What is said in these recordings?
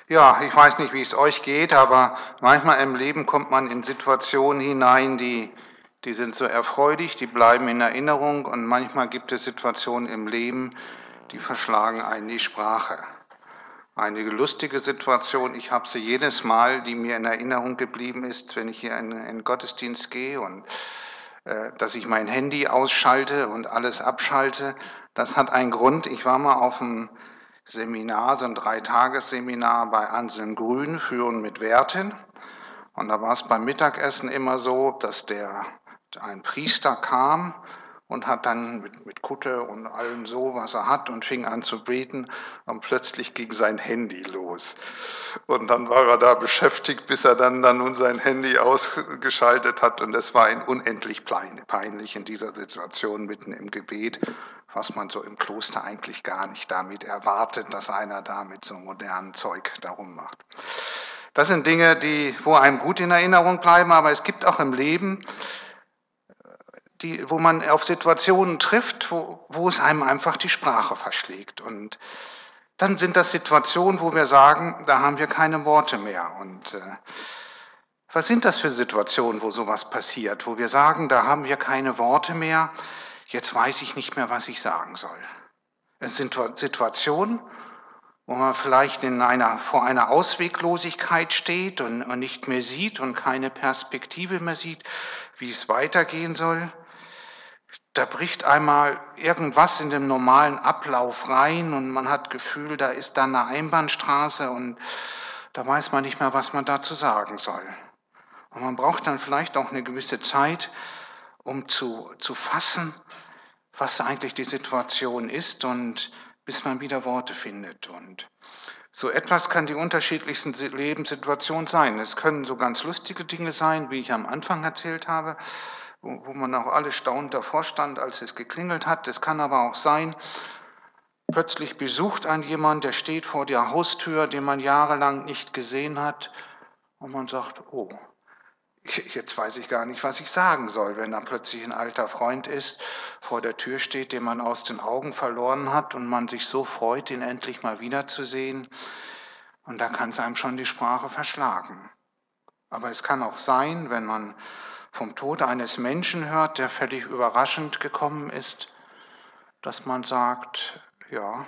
Ja, ich weiß nicht, wie es euch geht, aber manchmal im Leben kommt man in Situationen hinein, die sind so erfreulich, die bleiben in Erinnerung und manchmal gibt es Situationen im Leben, die verschlagen einen die Sprache. Eine lustige Situation, ich habe sie jedes Mal, die mir in Erinnerung geblieben ist, wenn ich hier in den Gottesdienst gehe und dass ich mein Handy ausschalte und alles abschalte. Das hat einen Grund. Ich war mal auf einem Seminar, so ein 3-Tages-Seminar bei Anselm Grün, Führen mit Werten. Und da war es beim Mittagessen immer so, dass ein Priester kam und hat dann mit Kutte und allem so, was er hat, und fing an zu beten. Und plötzlich ging sein Handy los. Und dann war er da beschäftigt, bis er dann nun sein Handy ausgeschaltet hat. Und es war ihm unendlich peinlich in dieser Situation mitten im Gebet, was man so im Kloster eigentlich gar nicht damit erwartet, dass einer da mit so modernem Zeug darum macht. Das sind Dinge, wo einem gut in Erinnerung bleiben, aber es gibt auch im Leben, wo man auf Situationen trifft, wo es einem einfach die Sprache verschlägt. Und dann sind das Situationen, wo wir sagen, da haben wir keine Worte mehr. Und was sind das für Situationen, wo sowas passiert, wo wir sagen, da haben wir keine Worte mehr, jetzt weiß ich nicht mehr, was ich sagen soll. Es sind Situationen, wo man vielleicht vor einer Ausweglosigkeit steht und nicht mehr sieht und keine Perspektive mehr sieht, wie es weitergehen soll. Da bricht einmal irgendwas in dem normalen Ablauf rein und man hat das Gefühl, da ist dann eine Einbahnstraße und da weiß man nicht mehr, was man dazu sagen soll. Und man braucht dann vielleicht auch eine gewisse Zeit, um zu fassen, was eigentlich die Situation ist und bis man wieder Worte findet. Und so etwas kann die unterschiedlichsten Lebenssituationen sein. Es können so ganz lustige Dinge sein, wie ich am Anfang erzählt habe, wo man auch alle staunend davor stand, als es geklingelt hat. Es kann aber auch sein, plötzlich besucht einen jemand, der steht vor der Haustür, den man jahrelang nicht gesehen hat, und man sagt, oh, jetzt weiß ich gar nicht, was ich sagen soll, wenn da plötzlich ein alter Freund ist, vor der Tür steht, den man aus den Augen verloren hat und man sich so freut, ihn endlich mal wiederzusehen. Und da kann es einem schon die Sprache verschlagen. Aber es kann auch sein, wenn man vom Tod eines Menschen hört, der völlig überraschend gekommen ist, dass man sagt, ja,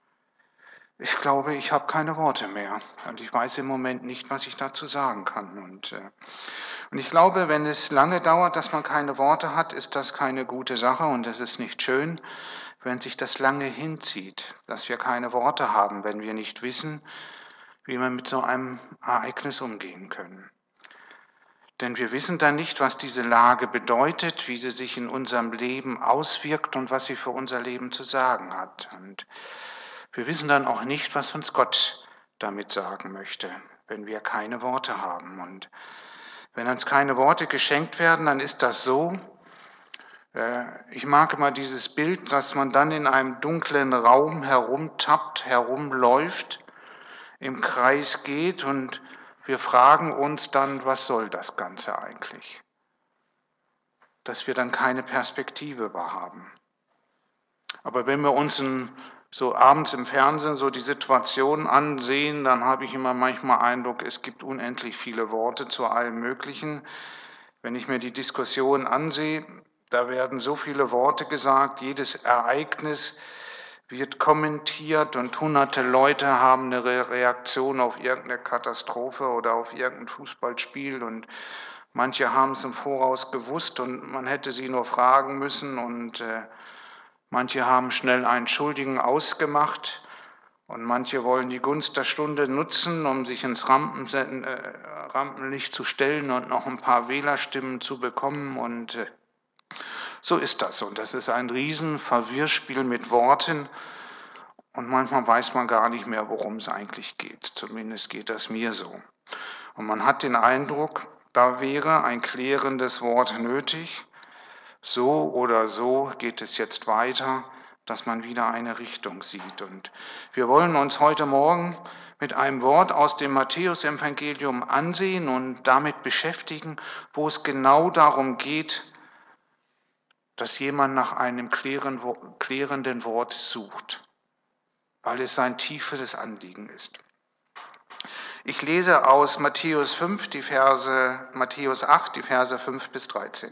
ich glaube, ich habe keine Worte mehr und ich weiß im Moment nicht, was ich dazu sagen kann. Und ich glaube, wenn es lange dauert, dass man keine Worte hat, ist das keine gute Sache und es ist nicht schön, wenn sich das lange hinzieht, dass wir keine Worte haben, wenn wir nicht wissen, wie wir mit so einem Ereignis umgehen können. Denn wir wissen dann nicht, was diese Lage bedeutet, wie sie sich in unserem Leben auswirkt und was sie für unser Leben zu sagen hat. Und wir wissen dann auch nicht, was uns Gott damit sagen möchte, wenn wir keine Worte haben. Und wenn uns keine Worte geschenkt werden, dann ist das so. Ich mag immer dieses Bild, dass man dann in einem dunklen Raum herumtappt, herumläuft, im Kreis geht und wir fragen uns dann, was soll das Ganze eigentlich? Dass wir dann keine Perspektive mehr haben. Aber wenn wir uns so abends im Fernsehen so die Situation ansehen, dann habe ich immer manchmal Eindruck, es gibt unendlich viele Worte zu allem Möglichen. Wenn ich mir die Diskussion ansehe, da werden so viele Worte gesagt, jedes Ereignis wird kommentiert und hunderte Leute haben eine Reaktion auf irgendeine Katastrophe oder auf irgendein Fußballspiel und manche haben es im Voraus gewusst und man hätte sie nur fragen müssen und manche haben schnell einen Schuldigen ausgemacht und manche wollen die Gunst der Stunde nutzen, um sich ins Rampenlicht zu stellen und noch ein paar Wählerstimmen zu bekommen und so ist das. Und das ist ein Riesenverwirrspiel mit Worten. Und manchmal weiß man gar nicht mehr, worum es eigentlich geht. Zumindest geht das mir so. Und man hat den Eindruck, da wäre ein klärendes Wort nötig. So oder so geht es jetzt weiter, dass man wieder eine Richtung sieht. Und wir wollen uns heute Morgen mit einem Wort aus dem Matthäusevangelium ansehen und damit beschäftigen, wo es genau darum geht, dass jemand nach einem klärenden Wort sucht, weil es sein tiefes Anliegen ist. Ich lese aus Matthäus 8, die Verse 5 bis 13.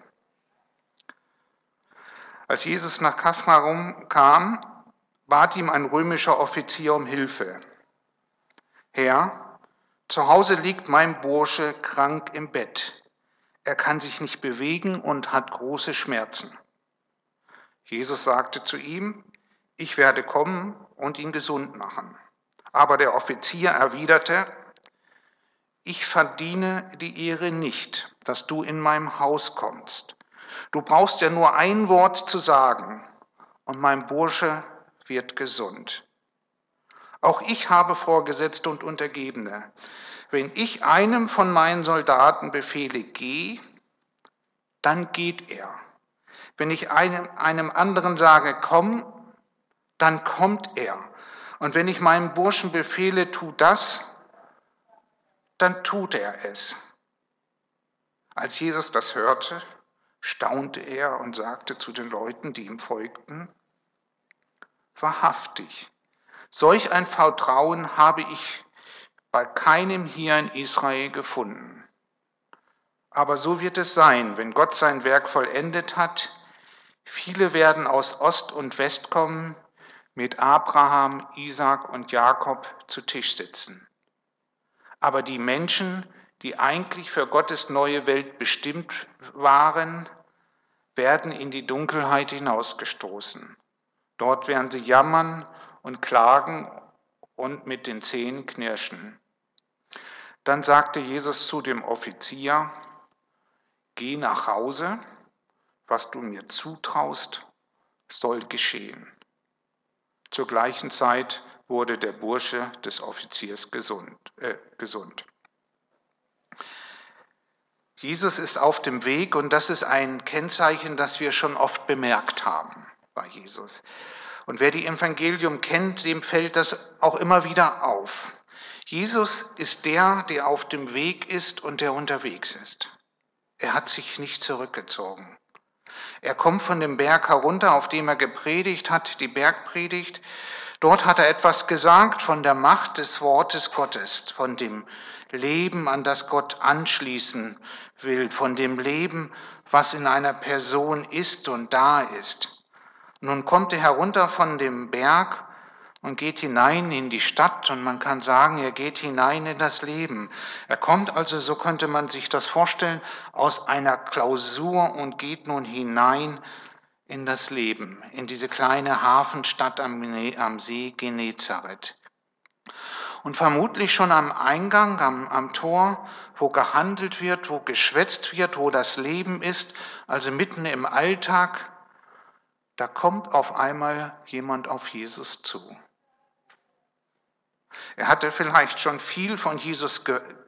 Als Jesus nach Kapharnaum kam, bat ihm ein römischer Offizier um Hilfe. Herr, zu Hause liegt mein Bursche krank im Bett. Er kann sich nicht bewegen und hat große Schmerzen. Jesus sagte zu ihm, ich werde kommen und ihn gesund machen. Aber der Offizier erwiderte, ich verdiene die Ehre nicht, dass du in meinem Haus kommst. Du brauchst ja nur ein Wort zu sagen und mein Bursche wird gesund. Auch ich habe Vorgesetzte und Untergebene. Wenn ich einem von meinen Soldaten befehle, geh, dann geht er. Wenn ich einem anderen sage, komm, dann kommt er. Und wenn ich meinem Burschen befehle, tu das, dann tut er es. Als Jesus das hörte, staunte er und sagte zu den Leuten, die ihm folgten, wahrhaftig, solch ein Vertrauen habe ich bei keinem hier in Israel gefunden. Aber so wird es sein, wenn Gott sein Werk vollendet hat. Viele werden aus Ost und West kommen, mit Abraham, Isaak und Jakob zu Tisch sitzen. Aber die Menschen, die eigentlich für Gottes neue Welt bestimmt waren, werden in die Dunkelheit hinausgestoßen. Dort werden sie jammern und klagen und mit den Zähnen knirschen. Dann sagte Jesus zu dem Offizier, geh nach Hause, was du mir zutraust, soll geschehen. Zur gleichen Zeit wurde der Bursche des Offiziers gesund. Jesus ist auf dem Weg und das ist ein Kennzeichen, das wir schon oft bemerkt haben bei Jesus. Und wer die Evangelium kennt, dem fällt das auch immer wieder auf. Jesus ist der auf dem Weg ist und der unterwegs ist. Er hat sich nicht zurückgezogen. Er kommt von dem Berg herunter, auf dem er gepredigt hat, die Bergpredigt. Dort hat er etwas gesagt von der Macht des Wortes Gottes, von dem Leben, an das Gott anschließen will, von dem Leben, was in einer Person ist und da ist. Nun kommt er herunter von dem Berg und geht hinein in die Stadt und man kann sagen, er geht hinein in das Leben. Er kommt also, so könnte man sich das vorstellen, aus einer Klausur und geht nun hinein in das Leben, in diese kleine Hafenstadt am See Genezareth. Und vermutlich schon am Eingang, am Tor, wo gehandelt wird, wo geschwätzt wird, wo das Leben ist, also mitten im Alltag, da kommt auf einmal jemand auf Jesus zu. Er hatte vielleicht schon viel von Jesus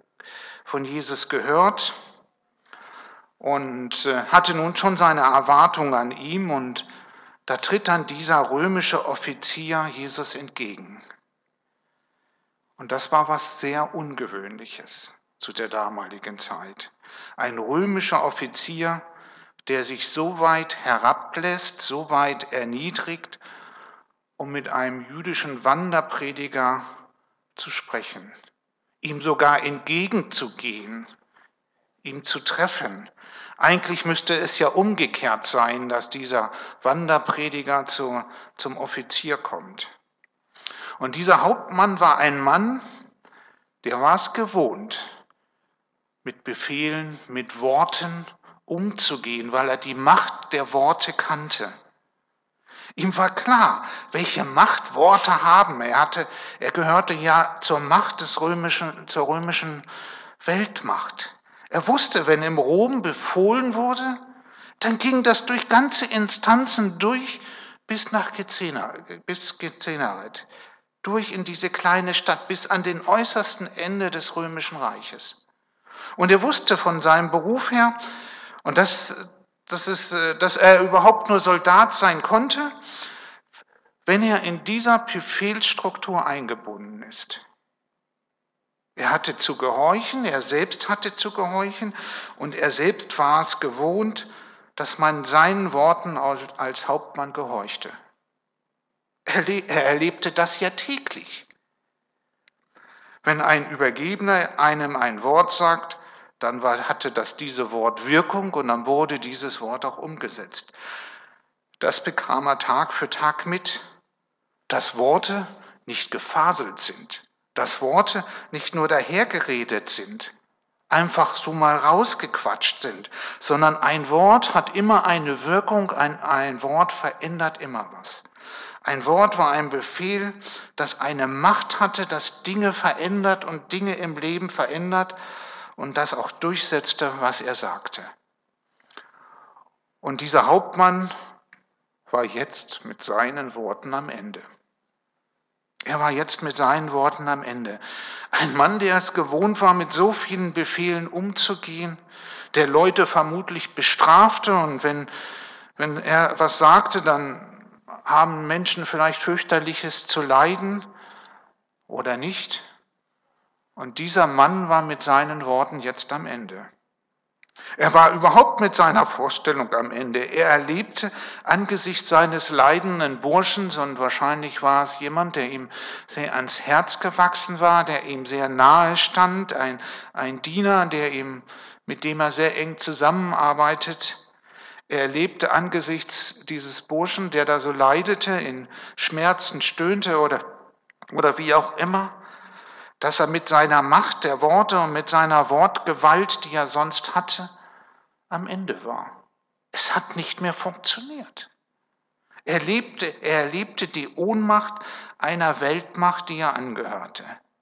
gehört und hatte nun schon seine Erwartung an ihm und da tritt dann dieser römische Offizier Jesus entgegen. Und das war was sehr Ungewöhnliches zu der damaligen Zeit. Ein römischer Offizier, der sich so weit herablässt, so weit erniedrigt, um mit einem jüdischen Wanderprediger zu sprechen, ihm sogar entgegenzugehen, ihm zu treffen. Eigentlich müsste es ja umgekehrt sein, dass dieser Wanderprediger zum Offizier kommt. Und dieser Hauptmann war ein Mann, der war es gewohnt, mit Befehlen, mit Worten umzugehen, weil er die Macht der Worte kannte. Ihm war klar, welche Macht Worte haben. Er gehörte ja zur Macht zur römischen Weltmacht. Er wusste, wenn im Rom befohlen wurde, dann ging das durch ganze Instanzen durch bis Genezareth, durch in diese kleine Stadt, bis an den äußersten Ende des Römischen Reiches. Und er wusste von seinem Beruf her, und dass er überhaupt nur Soldat sein konnte, wenn er in dieser Befehlsstruktur eingebunden ist. Er hatte zu gehorchen, er selbst hatte zu gehorchen und er selbst war es gewohnt, dass man seinen Worten als Hauptmann gehorchte. Er erlebte das ja täglich. Wenn ein Übergebener einem ein Wort sagt, dann hatte diese Wort Wirkung und dann wurde dieses Wort auch umgesetzt. Das bekam er Tag für Tag mit, dass Worte nicht gefaselt sind, dass Worte nicht nur dahergeredet sind, einfach so mal rausgequatscht sind, sondern ein Wort hat immer eine Wirkung, ein Wort verändert immer was. Ein Wort war ein Befehl, das eine Macht hatte, das Dinge verändert und Dinge im Leben verändert und das auch durchsetzte, was er sagte. Und dieser Hauptmann war jetzt mit seinen Worten am Ende. Er war jetzt mit seinen Worten am Ende. Ein Mann, der es gewohnt war, mit so vielen Befehlen umzugehen, der Leute vermutlich bestrafte und wenn er was sagte, dann haben Menschen vielleicht fürchterliches zu leiden oder nicht. Und dieser Mann war mit seinen Worten jetzt am Ende. Er war überhaupt mit seiner Vorstellung am Ende. Er erlebte angesichts seines leidenden Burschens, und wahrscheinlich war es jemand, der ihm sehr ans Herz gewachsen war, der ihm sehr nahe stand, ein Diener, mit dem er sehr eng zusammenarbeitet. Er erlebte angesichts dieses Burschen, der da so leidete, in Schmerzen stöhnte oder wie auch immer, dass er mit seiner Macht der Worte und mit seiner Wortgewalt, die er sonst hatte, am Ende war. Es hat nicht mehr funktioniert. Er erlebte die Ohnmacht einer Weltmacht, die er angehörte.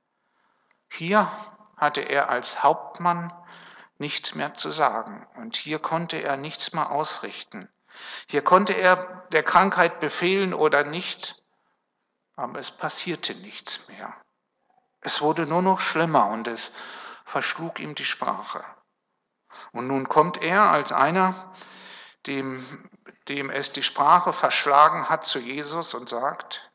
Hier hatte er als Hauptmann nichts mehr zu sagen und hier konnte er nichts mehr ausrichten. Hier konnte er der Krankheit befehlen oder nicht, aber es passierte nichts mehr. Es wurde nur noch schlimmer und es verschlug ihm die Sprache. Und nun kommt er als einer, dem es die Sprache verschlagen hat, zu Jesus und sagt: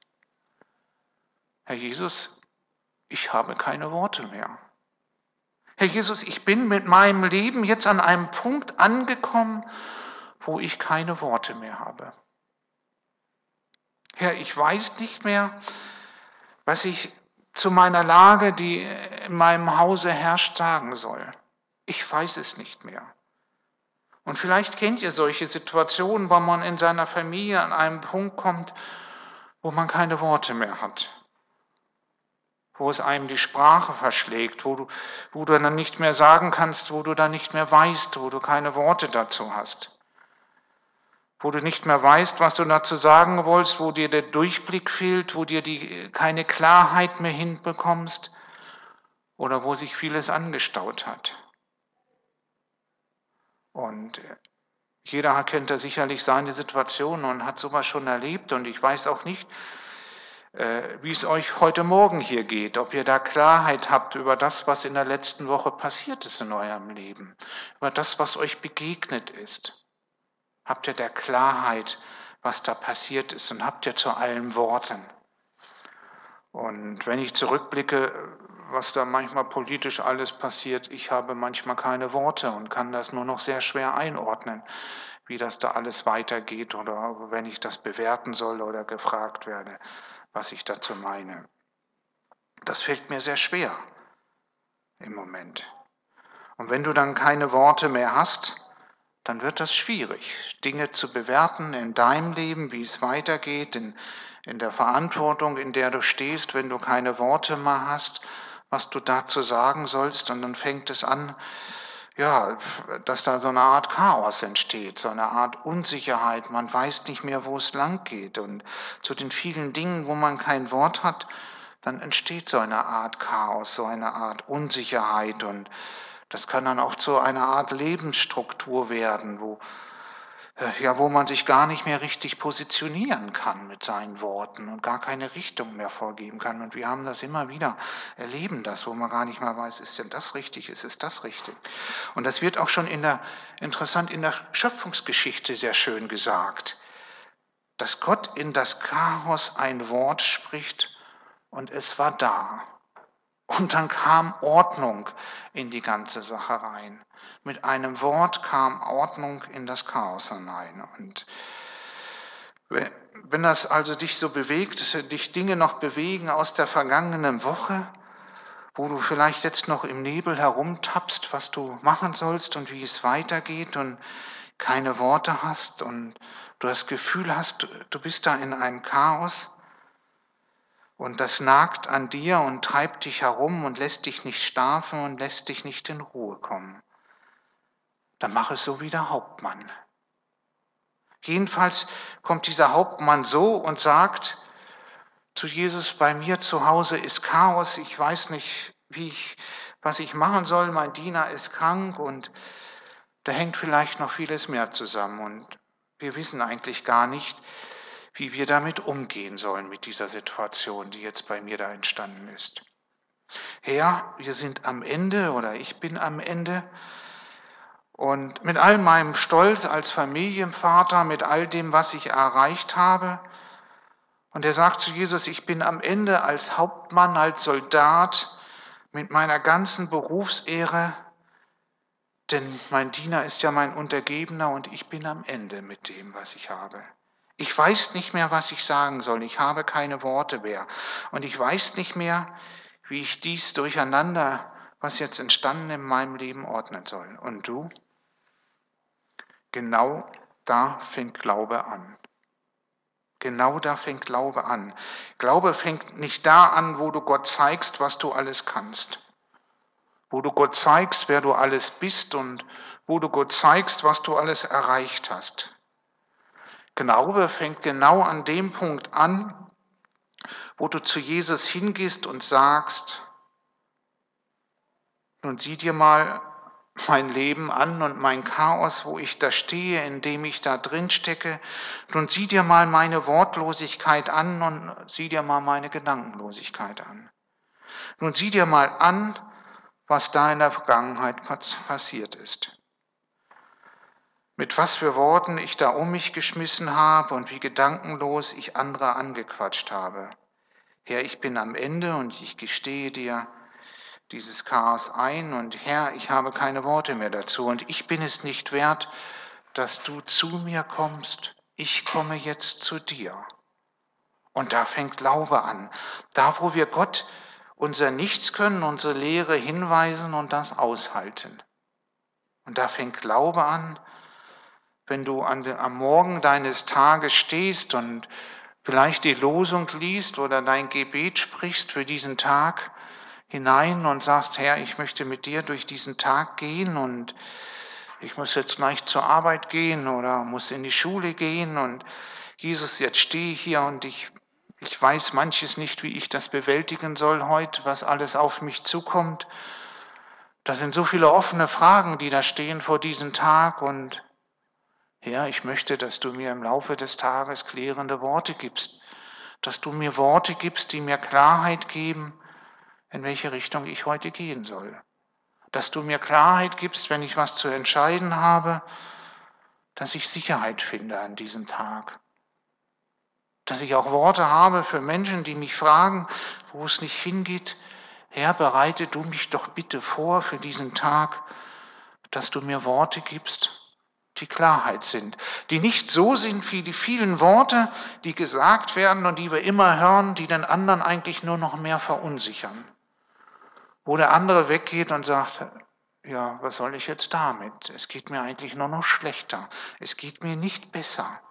Herr Jesus, ich habe keine Worte mehr. Herr Jesus, ich bin mit meinem Leben jetzt an einem Punkt angekommen, wo ich keine Worte mehr habe. Herr, ich weiß nicht mehr, was ich zu meiner Lage, die in meinem Hause herrscht, sagen soll. Ich weiß es nicht mehr. Und vielleicht kennt ihr solche Situationen, wo man in seiner Familie an einen Punkt kommt, wo man keine Worte mehr hat. Wo es einem die Sprache verschlägt, wo du dann nicht mehr sagen kannst, wo du dann nicht mehr weißt, wo du keine Worte dazu hast. Wo du nicht mehr weißt, was du dazu sagen wolltest, wo dir der Durchblick fehlt, wo dir keine Klarheit mehr hinbekommst oder wo sich vieles angestaut hat. Und jeder kennt da sicherlich seine Situation und hat sowas schon erlebt und ich weiß auch nicht, wie es euch heute Morgen hier geht, ob ihr da Klarheit habt über das, was in der letzten Woche passiert ist in eurem Leben, über das, was euch begegnet ist. Habt ihr da Klarheit, was da passiert ist und habt ihr zu allen Worten? Und wenn ich zurückblicke, was da manchmal politisch alles passiert, ich habe manchmal keine Worte und kann das nur noch sehr schwer einordnen, wie das da alles weitergeht oder wenn ich das bewerten soll oder gefragt werde, was ich dazu meine. Das fällt mir sehr schwer im Moment. Und wenn du dann keine Worte mehr hast, dann wird das schwierig, Dinge zu bewerten in deinem Leben, wie es weitergeht, in der Verantwortung, in der du stehst, wenn du keine Worte mehr hast, was du dazu sagen sollst. Und dann fängt es an, ja, dass da so eine Art Chaos entsteht, so eine Art Unsicherheit. Man weiß nicht mehr, wo es lang geht. Und zu den vielen Dingen, wo man kein Wort hat, dann entsteht so eine Art Chaos, so eine Art Unsicherheit. Und das kann dann auch zu einer Art Lebensstruktur werden, wo man sich gar nicht mehr richtig positionieren kann mit seinen Worten und gar keine Richtung mehr vorgeben kann. Und wir haben das immer wieder, erleben das, wo man gar nicht mehr weiß, ist denn das richtig, ist es das richtig? Und das wird auch schon interessant in der Schöpfungsgeschichte sehr schön gesagt, dass Gott in das Chaos ein Wort spricht und es war da. Und dann kam Ordnung in die ganze Sache rein. Mit einem Wort kam Ordnung in das Chaos hinein. Und wenn das also dich so bewegt, dich Dinge noch bewegen aus der vergangenen Woche, wo du vielleicht jetzt noch im Nebel herumtappst, was du machen sollst und wie es weitergeht und keine Worte hast und du das Gefühl hast, du bist da in einem Chaos und das nagt an dir und treibt dich herum und lässt dich nicht schlafen und lässt dich nicht in Ruhe kommen. Dann mach es so wie der Hauptmann. Jedenfalls kommt dieser Hauptmann so und sagt zu Jesus: Bei mir zu Hause ist Chaos, ich weiß nicht, was ich machen soll, mein Diener ist krank und da hängt vielleicht noch vieles mehr zusammen und wir wissen eigentlich gar nicht, wie wir damit umgehen sollen mit dieser Situation, die jetzt bei mir da entstanden ist. Herr, wir sind am Ende oder ich bin am Ende und mit all meinem Stolz als Familienvater, mit all dem, was ich erreicht habe, und er sagt zu Jesus: Ich bin am Ende als Hauptmann, als Soldat, mit meiner ganzen Berufsehre, denn mein Diener ist ja mein Untergebener und ich bin am Ende mit dem, was ich habe. Ich weiß nicht mehr, was ich sagen soll. Ich habe keine Worte mehr. Und ich weiß nicht mehr, wie ich dies Durcheinander, was jetzt entstanden in meinem Leben, ordnen soll. Und du? Genau da fängt Glaube an. Genau da fängt Glaube an. Glaube fängt nicht da an, wo du Gott zeigst, was du alles kannst. Wo du Gott zeigst, wer du alles bist und wo du Gott zeigst, was du alles erreicht hast. Glaube fängt genau an dem Punkt an, wo du zu Jesus hingehst und sagst: Nun sieh dir mal mein Leben an und mein Chaos, wo ich da stehe, in dem ich da drin stecke. Nun sieh dir mal meine Wortlosigkeit an und sieh dir mal meine Gedankenlosigkeit an. Nun sieh dir mal an, was da in der Vergangenheit passiert ist. Mit was für Worten ich da um mich geschmissen habe und wie gedankenlos ich andere angequatscht habe. Herr, ich bin am Ende und ich gestehe dir dieses Chaos ein und Herr, ich habe keine Worte mehr dazu und ich bin es nicht wert, dass du zu mir kommst. Ich komme jetzt zu dir. Und da fängt Glaube an. Da, wo wir Gott unser Nichts können, unsere Leere hinweisen und das aushalten. Und da fängt Glaube an, wenn du am Morgen deines Tages stehst und vielleicht die Losung liest oder dein Gebet sprichst für diesen Tag hinein und sagst: Herr, ich möchte mit dir durch diesen Tag gehen und ich muss jetzt gleich zur Arbeit gehen oder muss in die Schule gehen und Jesus, jetzt stehe ich hier und ich weiß manches nicht, wie ich das bewältigen soll heute, was alles auf mich zukommt. Da sind so viele offene Fragen, die da stehen vor diesem Tag und Herr, ich möchte, dass du mir im Laufe des Tages klärende Worte gibst, dass du mir Worte gibst, die mir Klarheit geben, in welche Richtung ich heute gehen soll. Dass du mir Klarheit gibst, wenn ich was zu entscheiden habe, dass ich Sicherheit finde an diesem Tag. Dass ich auch Worte habe für Menschen, die mich fragen, wo es nicht hingeht. Herr, bereite du mich doch bitte vor für diesen Tag, dass du mir Worte gibst, die Klarheit sind, die nicht so sind wie die vielen Worte, die gesagt werden und die wir immer hören, die den anderen eigentlich nur noch mehr verunsichern. Wo der andere weggeht und sagt: Ja, was soll ich jetzt damit? Es geht mir eigentlich nur noch schlechter. Es geht mir nicht besser.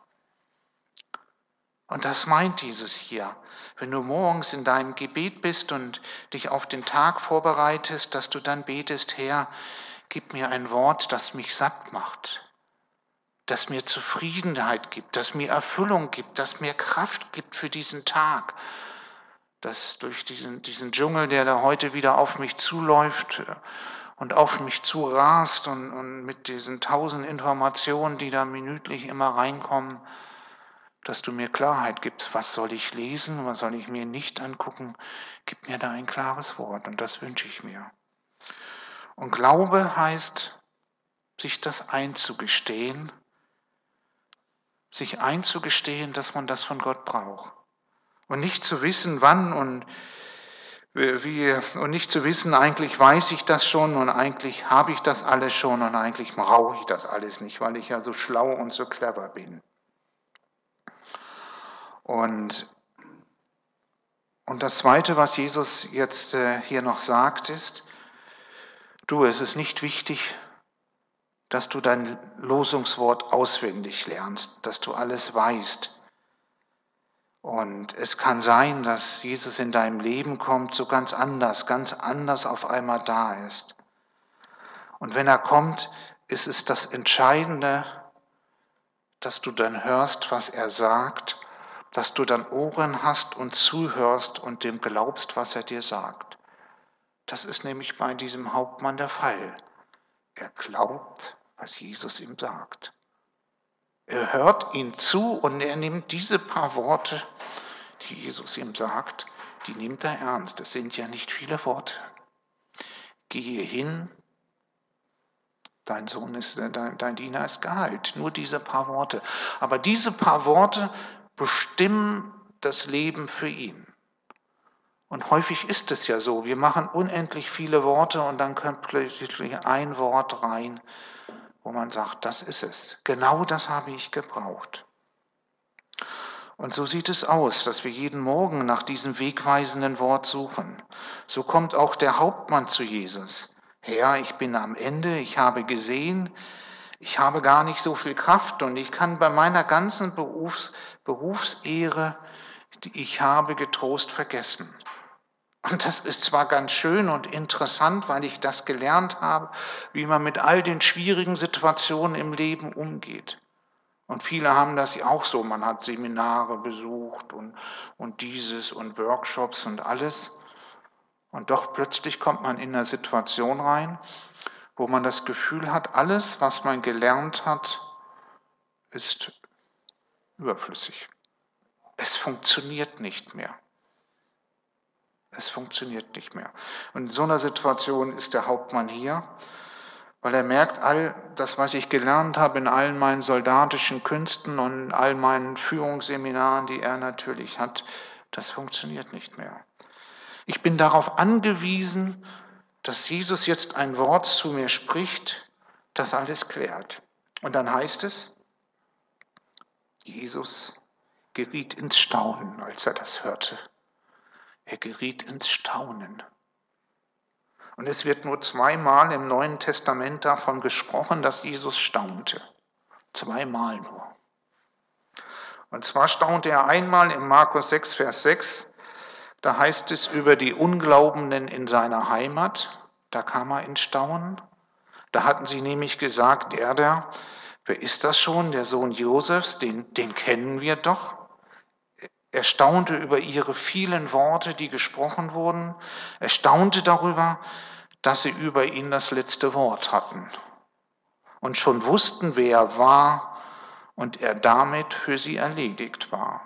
Und das meint Jesus hier. Wenn du morgens in deinem Gebet bist und dich auf den Tag vorbereitest, dass du dann betest: Herr, gib mir ein Wort, das mich satt macht, das mir Zufriedenheit gibt, das mir Erfüllung gibt, das mir Kraft gibt für diesen Tag, dass durch diesen Dschungel, der da heute wieder auf mich zuläuft und auf mich zurast und mit diesen 1000 Informationen, die da minütlich immer reinkommen, dass du mir Klarheit gibst. Was soll ich lesen, was soll ich mir nicht angucken? Gib mir da ein klares Wort und das wünsche ich mir. Und Glaube heißt, sich das einzugestehen, dass man das von Gott braucht. Und nicht zu wissen, wann und wie, und nicht zu wissen, eigentlich weiß ich das schon und eigentlich habe ich das alles schon und eigentlich brauche ich das alles nicht, weil ich ja so schlau und so clever bin. Und Und das Zweite, was Jesus jetzt hier noch sagt, ist, es ist nicht wichtig, dass du dein Losungswort auswendig lernst, dass du alles weißt. Und es kann sein, dass Jesus in deinem Leben kommt, so ganz anders auf einmal da ist. Und wenn er kommt, ist es das Entscheidende, dass du dann hörst, was er sagt, dass du dann Ohren hast und zuhörst und dem glaubst, was er dir sagt. Das ist nämlich bei diesem Hauptmann der Fall. Er glaubt, was Jesus ihm sagt. Er hört ihn zu und er nimmt diese paar Worte, die Jesus ihm sagt, die nimmt er ernst. Es sind ja nicht viele Worte. Gehe hin, dein Diener ist geheilt. Nur diese paar Worte. Aber diese paar Worte bestimmen das Leben für ihn. Und häufig ist es ja so, wir machen unendlich viele Worte und dann kommt plötzlich ein Wort rein, wo man sagt, das ist es. Genau das habe ich gebraucht. Und so sieht es aus, dass wir jeden Morgen nach diesem wegweisenden Wort suchen. So kommt auch der Hauptmann zu Jesus. Herr, ich bin am Ende, ich habe gesehen, ich habe gar nicht so viel Kraft und ich kann bei meiner ganzen Berufsehre, die ich habe, getrost vergessen. Und das ist zwar ganz schön und interessant, weil ich das gelernt habe, wie man mit all den schwierigen Situationen im Leben umgeht. Und viele haben das ja auch so, man hat Seminare besucht und dieses und Workshops und alles. Und doch plötzlich kommt man in eine Situation rein, wo man das Gefühl hat, alles, was man gelernt hat, ist überflüssig. Es funktioniert nicht mehr. Es funktioniert nicht mehr. Und in so einer Situation ist der Hauptmann hier, weil er merkt, all das, was ich gelernt habe in allen meinen soldatischen Künsten und in all meinen Führungsseminaren, die er natürlich hat, das funktioniert nicht mehr. Ich bin darauf angewiesen, dass Jesus jetzt ein Wort zu mir spricht, das alles klärt. Und dann heißt es, Jesus geriet ins Staunen, als er das hörte. Er geriet ins Staunen. Und es wird nur zweimal im Neuen Testament davon gesprochen, dass Jesus staunte. Zweimal nur. Und zwar staunte er einmal in Markus 6, Vers 6. Da heißt es über die Unglaubenden in seiner Heimat. Da kam er ins Staunen. Da hatten sie nämlich gesagt, wer ist das schon, der Sohn Josefs, den kennen wir doch. Er staunte über ihre vielen Worte, die gesprochen wurden. Er staunte darüber, dass sie über ihn das letzte Wort hatten und schon wussten, wer er war und er damit für sie erledigt war.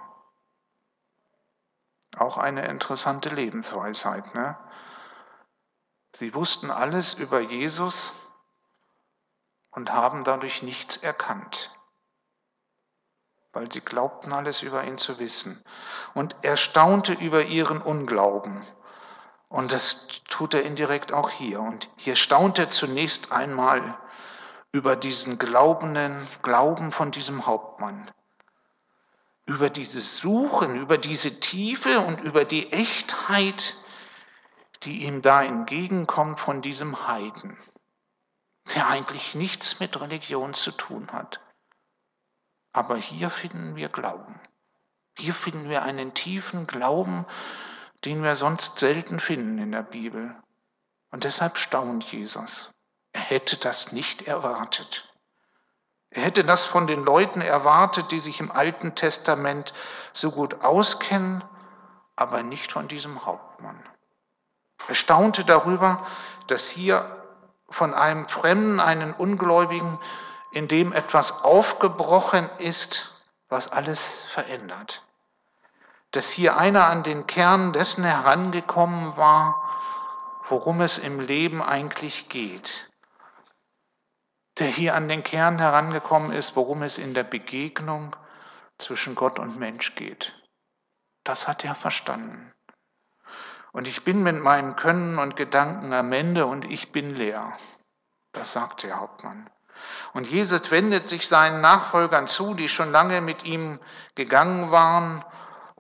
Auch eine interessante Lebensweisheit, ne? Sie wussten alles über Jesus und haben dadurch nichts erkannt, weil sie glaubten, alles über ihn zu wissen. Und er staunte über ihren Unglauben. Und das tut er indirekt auch hier. Und hier staunt er zunächst einmal über diesen Glauben von diesem Hauptmann. Über dieses Suchen, über diese Tiefe und über die Echtheit, die ihm da entgegenkommt von diesem Heiden, der eigentlich nichts mit Religion zu tun hat. Aber hier finden wir Glauben. Hier finden wir einen tiefen Glauben, den wir sonst selten finden in der Bibel. Und deshalb staunt Jesus. Er hätte das nicht erwartet. Er hätte das von den Leuten erwartet, die sich im Alten Testament so gut auskennen, aber nicht von diesem Hauptmann. Er staunte darüber, dass hier von einem Fremden, einem Ungläubigen, in dem etwas aufgebrochen ist, was alles verändert. Dass hier einer an den Kern dessen herangekommen war, worum es im Leben eigentlich geht. Der hier an den Kern herangekommen ist, worum es in der Begegnung zwischen Gott und Mensch geht. Das hat er verstanden. Und ich bin mit meinem Können und Gedanken am Ende und ich bin leer. Das sagt der Hauptmann. Und Jesus wendet sich seinen Nachfolgern zu, die schon lange mit ihm gegangen waren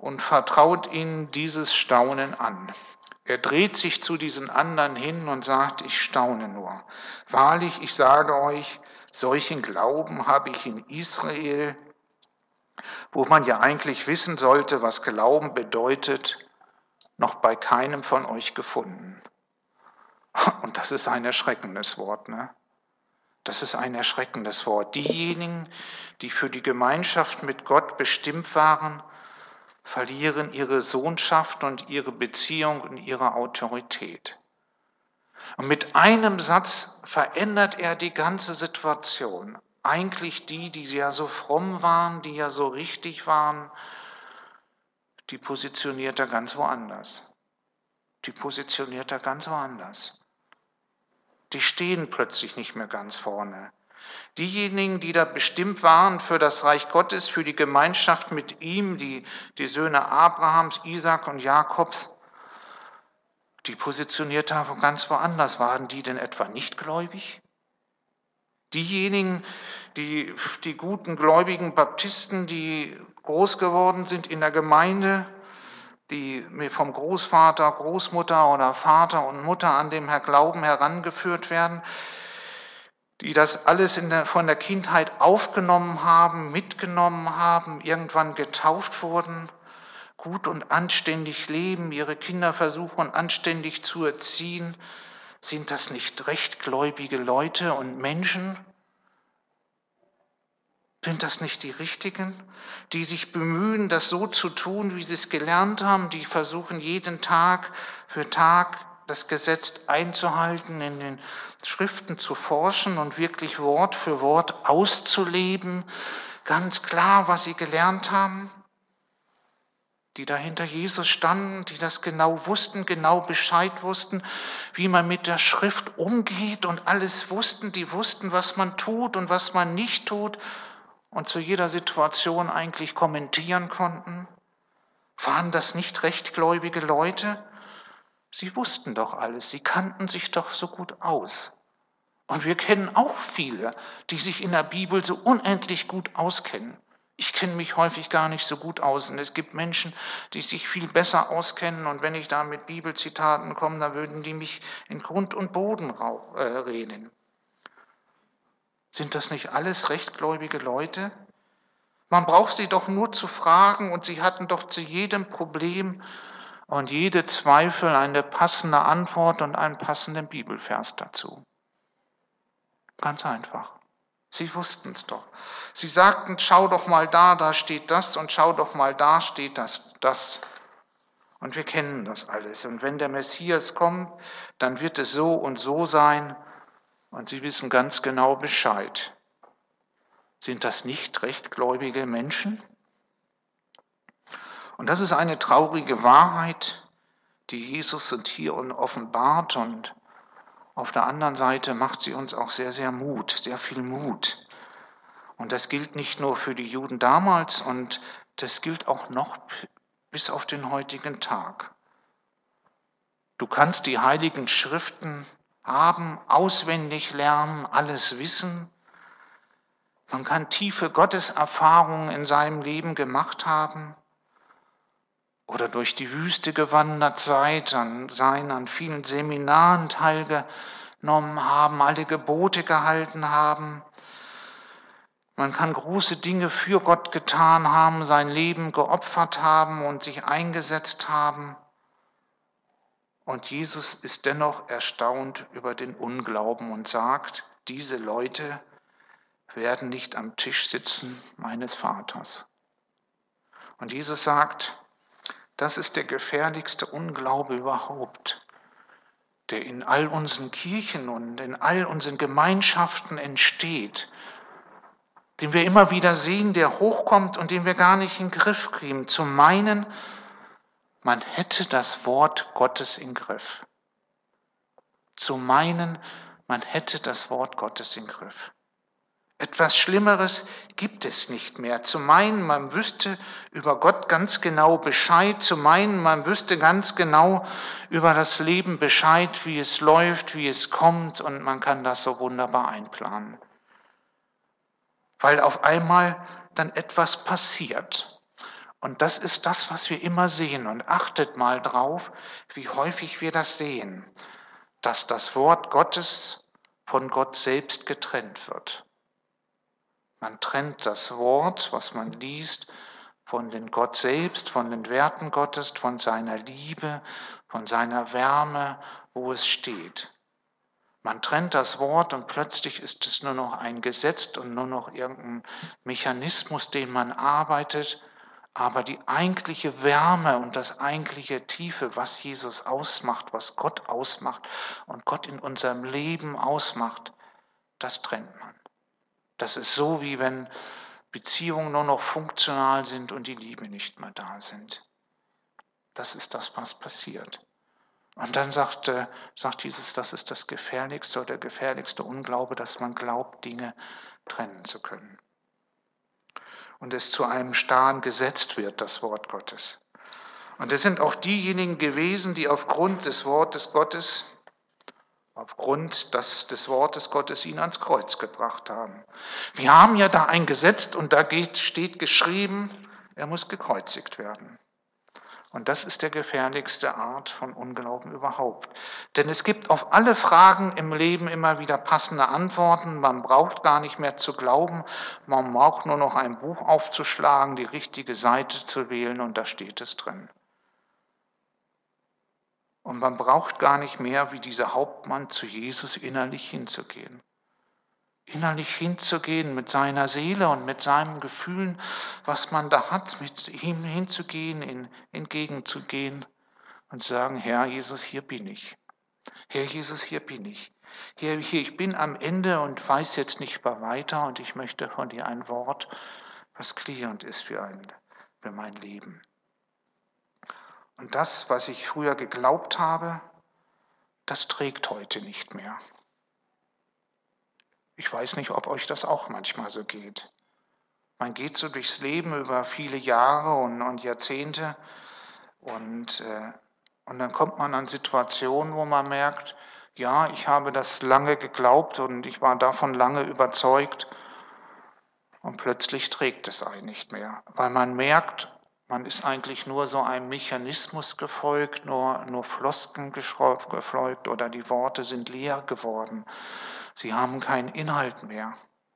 und vertraut ihnen dieses Staunen an. Er dreht sich zu diesen anderen hin und sagt, ich staune nur. Wahrlich, ich sage euch, solchen Glauben habe ich in Israel, wo man ja eigentlich wissen sollte, was Glauben bedeutet, noch bei keinem von euch gefunden. Und das ist ein erschreckendes Wort, ne? Das ist ein erschreckendes Wort. Diejenigen, die für die Gemeinschaft mit Gott bestimmt waren, verlieren ihre Sohnschaft und ihre Beziehung und ihre Autorität. Und mit einem Satz verändert er die ganze Situation. Eigentlich die ja so fromm waren, die ja so richtig waren, die positioniert er ganz woanders. Die positioniert er ganz woanders. Die stehen plötzlich nicht mehr ganz vorne. Diejenigen, die da bestimmt waren für das Reich Gottes, für die Gemeinschaft mit ihm, die Söhne Abrahams, Isaak und Jakobs, die positioniert er ganz woanders. Waren die denn etwa nicht gläubig? Diejenigen, die guten gläubigen Baptisten, die groß geworden sind in der Gemeinde, die vom Großvater, Großmutter oder Vater und Mutter an dem Glauben herangeführt werden, die das alles von der Kindheit aufgenommen haben, mitgenommen haben, irgendwann getauft wurden, gut und anständig leben, ihre Kinder versuchen anständig zu erziehen. Sind das nicht rechtgläubige Leute und Menschen? Sind das nicht die Richtigen, die sich bemühen, das so zu tun, wie sie es gelernt haben, die versuchen jeden Tag für Tag das Gesetz einzuhalten, in den Schriften zu forschen und wirklich Wort für Wort auszuleben, ganz klar, was sie gelernt haben, die da hinter Jesus standen, die das genau wussten, genau Bescheid wussten, wie man mit der Schrift umgeht und alles wussten, die wussten, was man tut und was man nicht tut und zu jeder Situation eigentlich kommentieren konnten. Waren das nicht rechtgläubige Leute? Sie wussten doch alles, sie kannten sich doch so gut aus. Und wir kennen auch viele, die sich in der Bibel so unendlich gut auskennen. Ich kenne mich häufig gar nicht so gut aus und es gibt Menschen, die sich viel besser auskennen und wenn ich da mit Bibelzitaten komme, dann würden die mich in Grund und Boden reden. Sind das nicht alles rechtgläubige Leute? Man braucht sie doch nur zu fragen und sie hatten doch zu jedem Problem und jede Zweifel eine passende Antwort und einen passenden Bibelvers dazu. Ganz einfach. Sie wussten es doch. Sie sagten, schau doch mal da steht das und schau doch mal da steht das. Und wir kennen das alles. Und wenn der Messias kommt, dann wird es so und so sein und sie wissen ganz genau Bescheid. Sind das nicht rechtgläubige Menschen? Und das ist eine traurige Wahrheit, die Jesus uns hier offenbart und auf der anderen Seite macht sie uns auch sehr, sehr viel Mut. Und das gilt nicht nur für die Juden damals und das gilt auch noch bis auf den heutigen Tag. Du kannst die heiligen Schriften haben, auswendig lernen, alles wissen. Man kann tiefe Gotteserfahrungen in seinem Leben gemacht haben oder durch die Wüste gewandert sein, an vielen Seminaren teilgenommen haben, alle Gebote gehalten haben. Man kann große Dinge für Gott getan haben, sein Leben geopfert haben und sich eingesetzt haben. Und Jesus ist dennoch erstaunt über den Unglauben und sagt, diese Leute werden nicht am Tisch sitzen meines Vaters. Und Jesus sagt, das ist der gefährlichste Unglaube überhaupt, der in all unseren Kirchen und in all unseren Gemeinschaften entsteht, den wir immer wieder sehen, der hochkommt und den wir gar nicht in den Griff kriegen. Zu meinen, man hätte das Wort Gottes im Griff. Zu meinen, man hätte das Wort Gottes im Griff. Etwas Schlimmeres gibt es nicht mehr. Zu meinen, man wüsste über Gott ganz genau Bescheid. Zu meinen, man wüsste ganz genau über das Leben Bescheid, wie es läuft, wie es kommt und man kann das so wunderbar einplanen. Weil auf einmal dann etwas passiert. Und das ist das, was wir immer sehen. Und achtet mal drauf, wie häufig wir das sehen, dass das Wort Gottes von Gott selbst getrennt wird. Man trennt das Wort, was man liest, von den Gott selbst, von den Werten Gottes, von seiner Liebe, von seiner Wärme, wo es steht. Man trennt das Wort und plötzlich ist es nur noch ein Gesetz und nur noch irgendein Mechanismus, den man arbeitet. Aber die eigentliche Wärme und das eigentliche Tiefe, was Jesus ausmacht, was Gott ausmacht und Gott in unserem Leben ausmacht, das trennt man. Das ist so, wie wenn Beziehungen nur noch funktional sind und die Liebe nicht mehr da sind. Das ist das, was passiert. Und dann sagt Jesus, das ist das Gefährlichste oder der gefährlichste Unglaube, dass man glaubt, Dinge trennen zu können. Und es zu einem starren gesetzt wird, das Wort Gottes. Und es sind auch diejenigen gewesen, die aufgrund des Wortes Gottes, des Wortes Gottes ihn ans Kreuz gebracht haben. Wir haben ja da ein Gesetz und da steht geschrieben, er muss gekreuzigt werden. Und das ist der gefährlichste Art von Unglauben überhaupt. Denn es gibt auf alle Fragen im Leben immer wieder passende Antworten. Man braucht gar nicht mehr zu glauben. Man braucht nur noch ein Buch aufzuschlagen, die richtige Seite zu wählen und da steht es drin. Und man braucht gar nicht mehr, wie dieser Hauptmann, zu Jesus innerlich hinzugehen. Innerlich hinzugehen mit seiner Seele und mit seinen Gefühlen, was man da hat, mit ihm hinzugehen, entgegenzugehen und sagen, Herr Jesus, hier bin ich. Herr Jesus, hier bin ich. Hier, ich bin am Ende und weiß jetzt nicht mehr weiter und ich möchte von dir ein Wort, was klärend ist für mein Leben. Und das, was ich früher geglaubt habe, das trägt heute nicht mehr. Ich weiß nicht, ob euch das auch manchmal so geht. Man geht so durchs Leben über viele Jahre und Jahrzehnte und dann kommt man an Situationen, wo man merkt, ja, ich habe das lange geglaubt und ich war davon lange überzeugt und plötzlich trägt es einen nicht mehr, weil man merkt, man ist eigentlich nur so einem Mechanismus gefolgt, nur Floskeln gefolgt oder die Worte sind leer geworden. Sie haben keinen Inhalt mehr.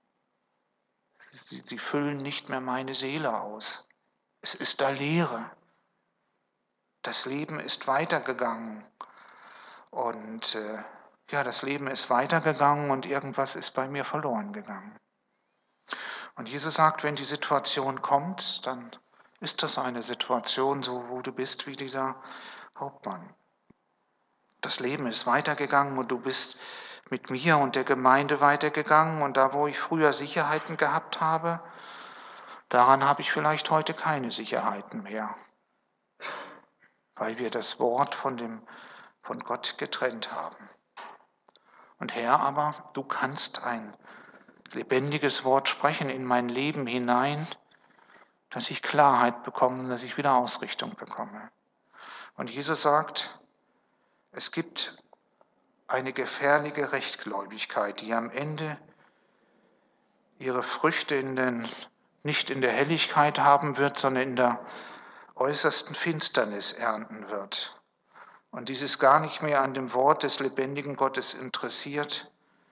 Sie füllen nicht mehr meine Seele aus. Es ist da Leere. Das Leben ist weitergegangen. Und das Leben ist weitergegangen und irgendwas ist bei mir verloren gegangen. Und Jesus sagt, wenn die Situation kommt, dann ist das eine Situation, so wo du bist wie dieser Hauptmann. Das Leben ist weitergegangen und du bist mit mir und der Gemeinde weitergegangen und da, wo ich früher Sicherheiten gehabt habe, daran habe ich vielleicht heute keine Sicherheiten mehr, weil wir das Wort von Gott getrennt haben. Und Herr, aber du kannst ein lebendiges Wort sprechen in mein Leben hinein, dass ich Klarheit bekomme, dass ich wieder Ausrichtung bekomme. Und Jesus sagt, es gibt eine gefährliche Rechtgläubigkeit, die am Ende ihre Früchte nicht in der Helligkeit haben wird, sondern in der äußersten Finsternis ernten wird. Und dieses gar nicht mehr an dem Wort des lebendigen Gottes interessiert,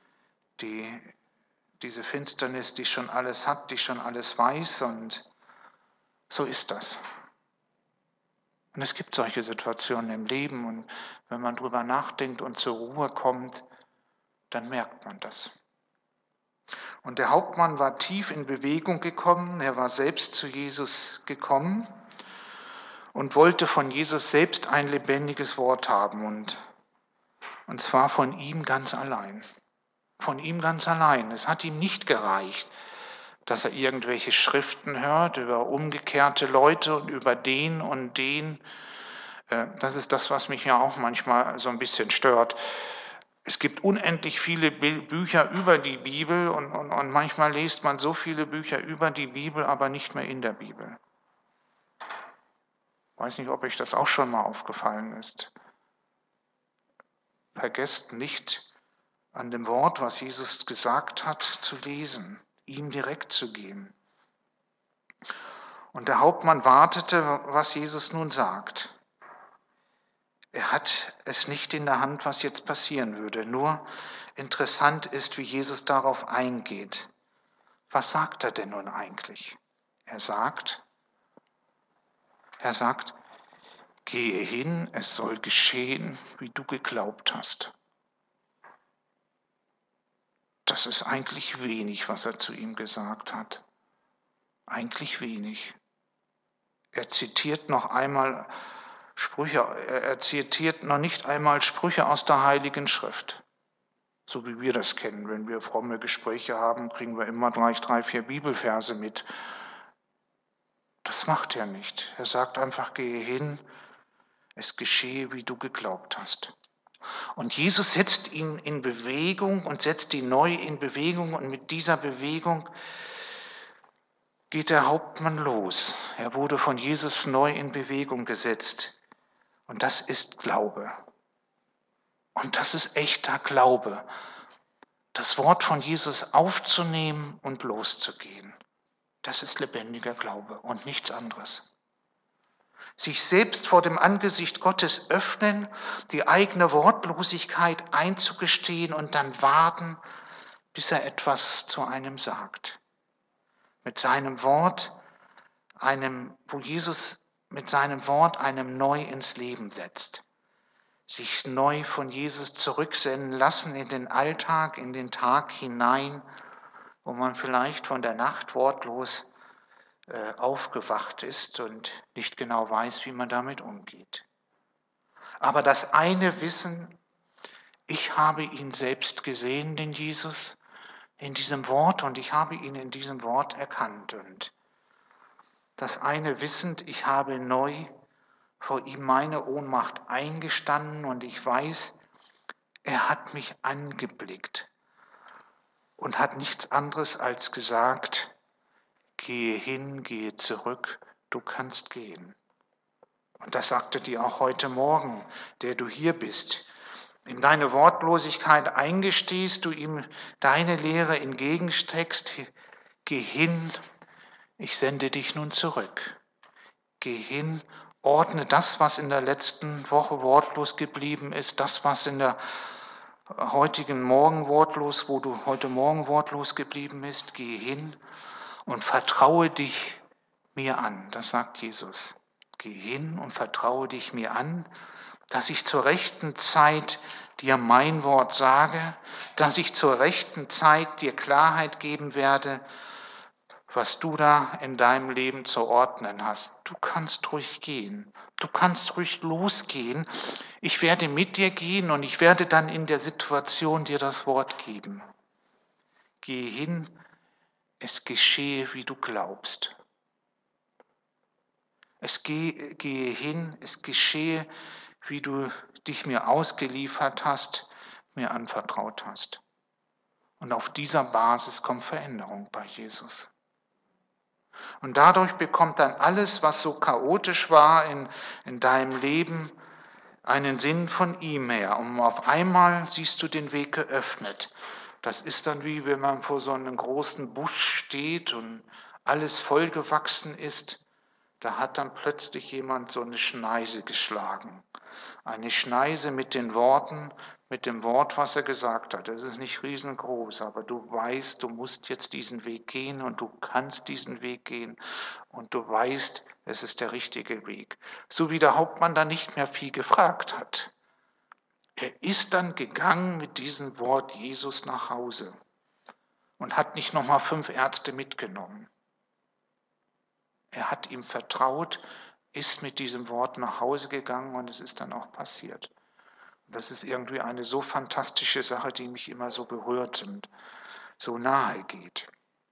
diese Finsternis, die schon alles hat, die schon alles weiß, und so ist das. Und es gibt solche Situationen im Leben und wenn man drüber nachdenkt und zur Ruhe kommt, dann merkt man das. Und der Hauptmann war tief in Bewegung gekommen, er war selbst zu Jesus gekommen und wollte von Jesus selbst ein lebendiges Wort haben und zwar von ihm ganz allein. Von ihm ganz allein. Es hat ihm nicht gereicht, dass er irgendwelche Schriften hört über umgekehrte Leute und über den und den. Das ist das, was mich ja auch manchmal so ein bisschen stört. Es gibt unendlich viele Bücher über die Bibel und manchmal liest man so viele Bücher über die Bibel, aber nicht mehr in der Bibel. Ich weiß nicht, ob euch das auch schon mal aufgefallen ist. Vergesst nicht, an dem Wort, was Jesus gesagt hat, zu lesen, ihm direkt zu gehen. Und der Hauptmann wartete, was Jesus nun sagt. Er hat es nicht in der Hand, was jetzt passieren würde. Nur interessant ist, wie Jesus darauf eingeht. Was sagt er denn nun eigentlich? Er sagt, gehe hin, es soll geschehen, wie du geglaubt hast. Das ist eigentlich wenig, was er zu ihm gesagt hat. Eigentlich wenig. Er zitiert noch nicht einmal Sprüche aus der Heiligen Schrift. So wie wir das kennen. Wenn wir fromme Gespräche haben, kriegen wir immer gleich 3, 4 Bibelverse mit. Das macht er nicht. Er sagt einfach, gehe hin, es geschehe, wie du geglaubt hast. Und Jesus setzt ihn in Bewegung und setzt ihn neu in Bewegung. Und mit dieser Bewegung geht der Hauptmann los. Er wurde von Jesus neu in Bewegung gesetzt. Und das ist Glaube. Und das ist echter Glaube. Das Wort von Jesus aufzunehmen und loszugehen. Das ist lebendiger Glaube und nichts anderes. Sich selbst vor dem Angesicht Gottes öffnen, die eigene Wortlosigkeit einzugestehen und dann warten, bis er etwas zu einem sagt. Mit seinem Wort, wo Jesus mit seinem Wort einem neu ins Leben setzt. Sich neu von Jesus zurücksenden lassen in den Alltag, in den Tag hinein, wo man vielleicht von der Nacht wortlos aufgewacht ist und nicht genau weiß, wie man damit umgeht. Aber das eine Wissen, ich habe ihn selbst gesehen, den Jesus, in diesem Wort und ich habe ihn in diesem Wort erkannt. Und das eine wissend, ich habe neu vor ihm meine Ohnmacht eingestanden und ich weiß, er hat mich angeblickt und hat nichts anderes als gesagt, gehe hin, gehe zurück, du kannst gehen. Und das sagte dir auch heute Morgen, der du hier bist. In deine Wortlosigkeit eingestehst, du ihm deine Lehre entgegenstreckst, geh hin, ich sende dich nun zurück. Geh hin, ordne das, was in der letzten Woche wortlos geblieben ist, das, was in der heutigen Morgen wortlos, wo du heute Morgen wortlos geblieben bist, geh hin und vertraue dich mir an. Das sagt Jesus. Geh hin und vertraue dich mir an, dass ich zur rechten Zeit dir mein Wort sage, dass ich zur rechten Zeit dir Klarheit geben werde, was du da in deinem Leben zu ordnen hast. Du kannst ruhig gehen. Du kannst ruhig losgehen. Ich werde mit dir gehen und ich werde dann in der Situation dir das Wort geben. Geh hin, es geschehe, wie du glaubst. Gehe hin, es geschehe, wie du dich mir ausgeliefert hast, mir anvertraut hast. Und auf dieser Basis kommt Veränderung bei Jesus. Und dadurch bekommt dann alles, was so chaotisch war in deinem Leben, einen Sinn von ihm her. Und auf einmal siehst du den Weg geöffnet. Das ist dann wie, wenn man vor so einem großen Busch steht und alles vollgewachsen ist. Da hat dann plötzlich jemand so eine Schneise geschlagen. Eine Schneise mit den Worten, mit dem Wort, was er gesagt hat. Das ist nicht riesengroß, aber du weißt, du musst jetzt diesen Weg gehen und du kannst diesen Weg gehen und du weißt, es ist der richtige Weg. So wie der Hauptmann da nicht mehr viel gefragt hat. Er ist dann gegangen mit diesem Wort Jesus nach Hause und hat nicht nochmal 5 Ärzte mitgenommen. Er hat ihm vertraut, ist mit diesem Wort nach Hause gegangen und es ist dann auch passiert. Das ist irgendwie eine so fantastische Sache, die mich immer so berührt und so nahe geht.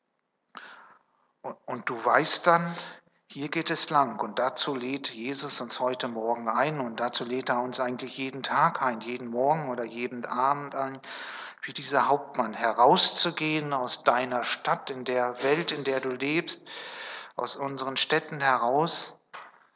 Und du weißt dann, hier geht es lang und dazu lädt Jesus uns heute Morgen ein und dazu lädt er uns eigentlich jeden Tag ein, jeden Morgen oder jeden Abend ein, wie dieser Hauptmann herauszugehen aus deiner Stadt, in der Welt, in der du lebst, aus unseren Städten heraus,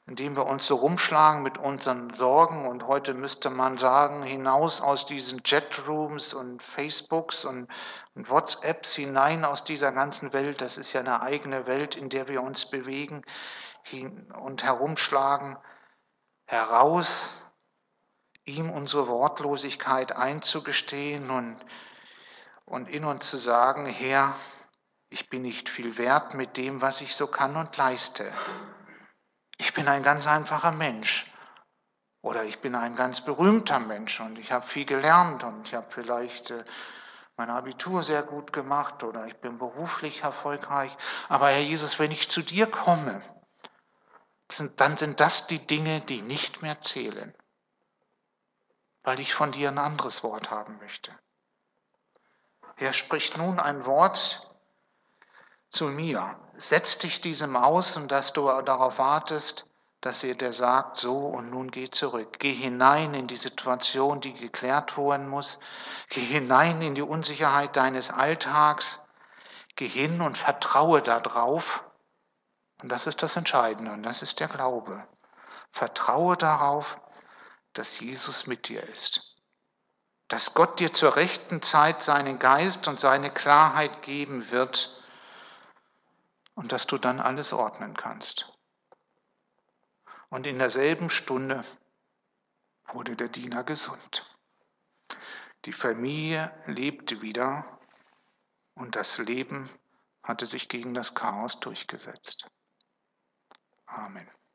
indem wir uns so rumschlagen mit unseren Sorgen. Und heute müsste man sagen, hinaus aus diesen Chatrooms und Facebooks und WhatsApps, hinein aus dieser ganzen Welt. Das ist ja eine eigene Welt, in der wir uns bewegen und herumschlagen. Heraus, ihm unsere Wortlosigkeit einzugestehen und in uns zu sagen, Herr, ich bin nicht viel wert mit dem, was ich so kann und leiste. Ich bin ein ganz einfacher Mensch oder ich bin ein ganz berühmter Mensch und ich habe viel gelernt und ich habe vielleicht mein Abitur sehr gut gemacht oder ich bin beruflich erfolgreich. Aber Herr Jesus, wenn ich zu dir komme, dann sind das die Dinge, die nicht mehr zählen, weil ich von dir ein anderes Wort haben möchte. Herr, sprich nun ein Wort zu mir. Setz dich diesem aus und dass du darauf wartest, dass er dir sagt, so und nun geh zurück. Geh hinein in die Situation, die geklärt werden muss. Geh hinein in die Unsicherheit deines Alltags. Geh hin und vertraue darauf. Und das ist das Entscheidende und das ist der Glaube. Vertraue darauf, dass Jesus mit dir ist. Dass Gott dir zur rechten Zeit seinen Geist und seine Klarheit geben wird und dass du dann alles ordnen kannst. Und in derselben Stunde wurde der Diener gesund. Die Familie lebte wieder und das Leben hatte sich gegen das Chaos durchgesetzt. Amen.